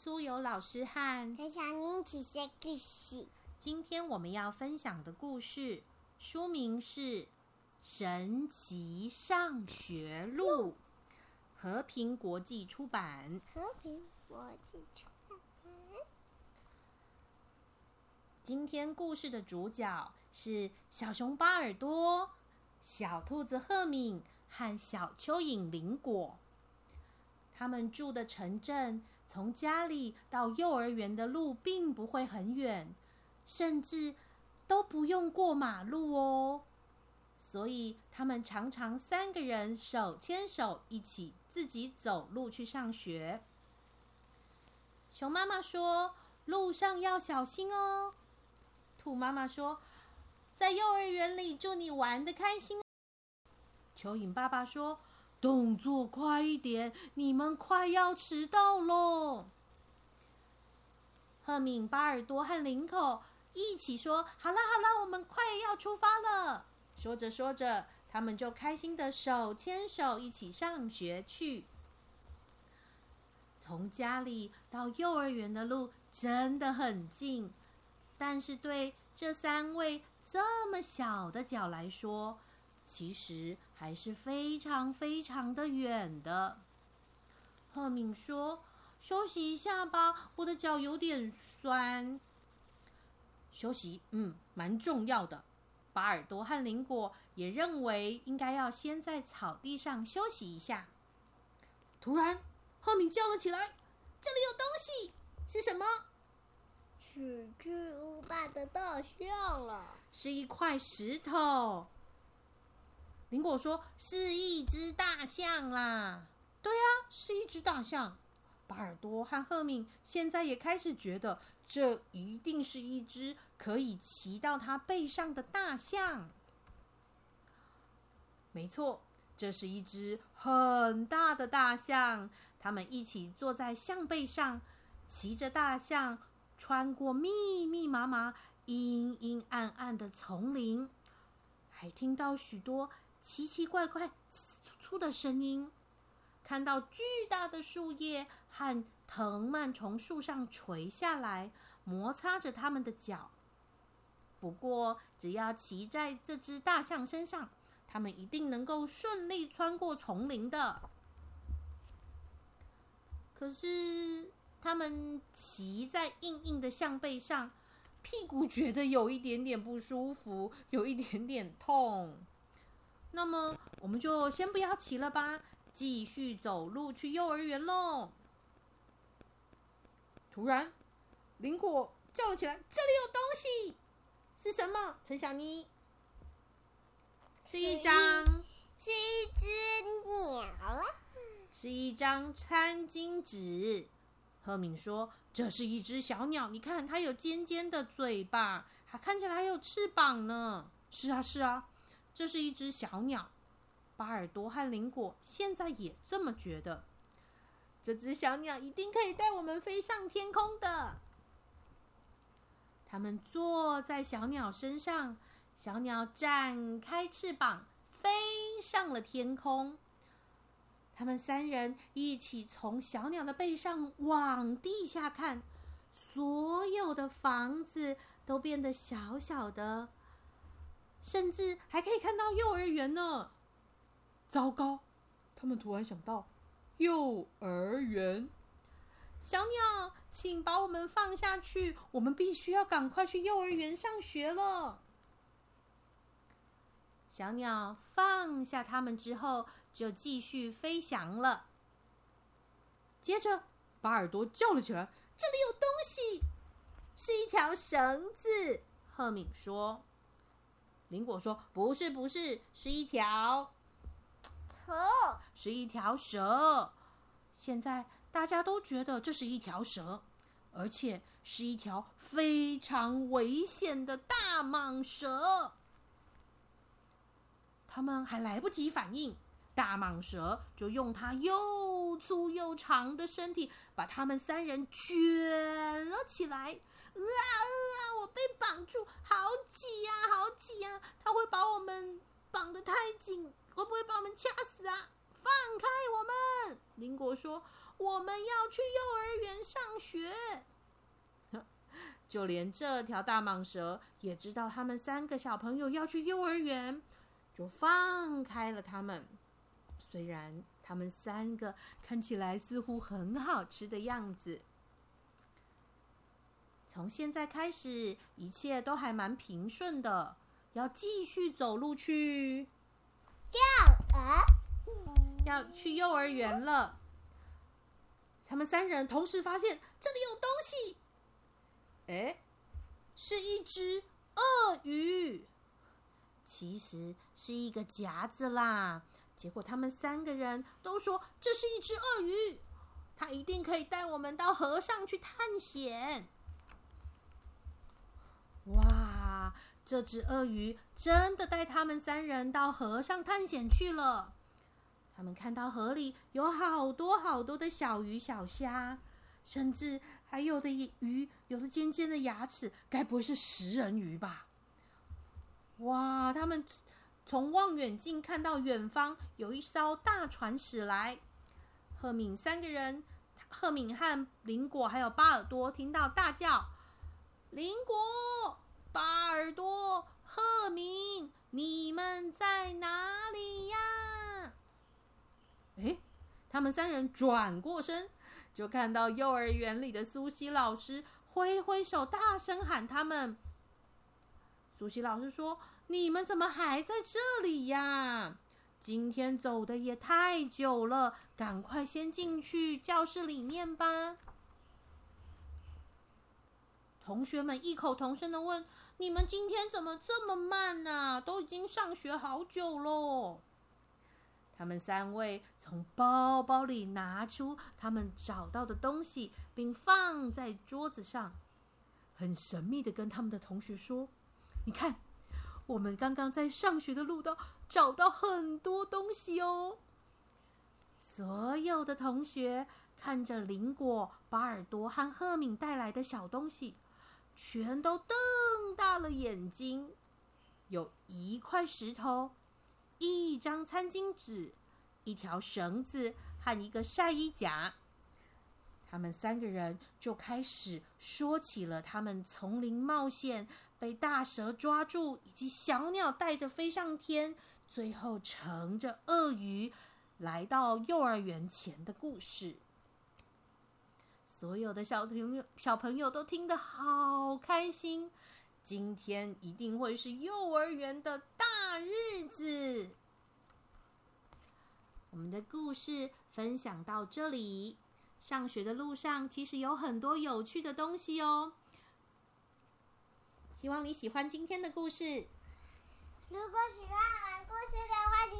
苏有老师和陈小妮一起说故事。 今天我们要分享的故事书名是《神奇上学路》，和平国际出版。 和平国际出版。 今天故事的主角是小熊巴尔多、小兔子赫敏和小蚯蚓林果。他们住的城镇从家里到幼儿园的路并不会很远，甚至都不用过马路哦。所以他们常常3个人手牵手一起自己走路去上学。熊妈妈说，路上要小心哦。兔妈妈说，在幼儿园里祝你玩得开心哦。蚯蚓爸爸说，动作快一点，你们快要迟到咯。赫敏、巴尔多和林口一起说，好了好了，我们快要出发了。说着说着，他们就开心的手牵手一起上学去。从家里到幼儿园的路真的很近，但是对这3位这么小的脚来说，其实还是非常非常的远的。赫敏说，休息一下吧，我的脚有点酸。休息，蛮重要的。巴尔多和林果也认为应该要先在草地上休息一下。突然，赫敏叫了起来，这里有东西，是什么？ 是巨无霸的大象了。 是一块石头。林果说，是一只大象啦。对啊，是一只大象。巴尔多和赫敏现在也开始觉得，这一定是一只可以骑到它背上的大象。没错，这是一只很大的大象。他们一起坐在象背上，骑着大象穿过密密麻麻、阴阴暗暗的丛林，还听到许多奇奇怪怪、呲呲粗的声音，看到巨大的树叶和藤蔓从树上垂下来，摩擦着他们的脚。不过，只要骑在这只大象身上，他们一定能够顺利穿过丛林的。可是，他们骑在硬硬的象背上，屁股觉得有一点点不舒服，有一点点痛。那么，我们就先不要骑了吧，继续走路去幼儿园咯。突然，林果叫了起来，这里有东西。是什么？陈小妮？是一只鸟啦。 是一张餐巾纸。赫敏说，这是一只小鸟，你看它有尖尖的嘴巴，它看起来还有翅膀呢。是啊是啊，这是一只小鸟。巴尔多和林果现在也这么觉得，这只小鸟一定可以带我们飞上天空的。他们坐在小鸟身上，小鸟展开翅膀，飞上了天空。他们3人一起从小鸟的背上往地下看，所有的房子都变得小小的，甚至还可以看到幼儿园呢。糟糕，他们突然想到，幼儿园。小鸟，请把我们放下去，我们必须要赶快去幼儿园上学了。小鸟放下它们之后，就继续飞翔了。接着，巴尔多叫了起来，这里有东西，是一条绳子。赫敏说。林果说，不是不是，是一条蛇。 是一条蛇。现在大家都觉得这是一条蛇，而且是一条非常危险的大蟒蛇。他们还来不及反应，大蟒蛇就用它又粗又长的身体把他们3人卷了起来。我被绑住，好挤呀好挤呀，它会把我们绑得太紧，会不会把我们掐死啊？放开我们！林果说， 我们要去幼儿园上学。就连这条大蟒蛇也知道他们3个小朋友要去幼儿园，就放开了他们。虽然他们3个看起来似乎很好吃的样子。从现在开始，一切都还蛮平顺的，要继续走路去幼儿园了。他们3人同时发现这里有东西，是一只鳄鱼，其实是一个夹子啦。结果他们3个人都说这是一只鳄鱼，它一定可以带我们到河上去探险。哇，这只鳄鱼真的带他们3人到河上探险去了。他们看到河里有好多好多的小鱼小虾，甚至还有的鱼有着尖尖的牙齿，该不会是食人鱼吧？哇，他们从望远镜看到远方有一艘大船驶来。赫敏3个人，赫敏和林果还有巴尔多听到大叫：林果、巴尔多、赫敏，你们在哪里呀？他们3人转过身，就看到幼儿园里的苏西老师挥挥手，大声喊他们。苏西老师说：你们怎么还在这里呀？今天走的也太久了，赶快先进去教室里面吧。同学们异口同声的问：你们今天怎么这么慢啊？都已经上学好久咯。他们3位从包包里拿出他们找到的东西，并放在桌子上，很神秘的跟他们的同学说：你看，我们刚刚在上学的路道找到很多东西哦。所有的同学看着林果、巴尔多和赫敏带来的小东西，全都瞪大了眼睛。有一块石头，一张餐巾纸，一条绳子和一个晒衣夹。他们3个人就开始说起了他们丛林冒险、被大蛇抓住，以及小鸟带着飞上天，最后乘着鳄鱼来到幼儿园前的故事。所有的小朋友都听得好开心，今天一定会是幼儿园的大日子。我们的故事分享到这里。上学的路上其实有很多有趣的东西哦。希望你喜欢今天的故事。 如果喜欢我们故事的话，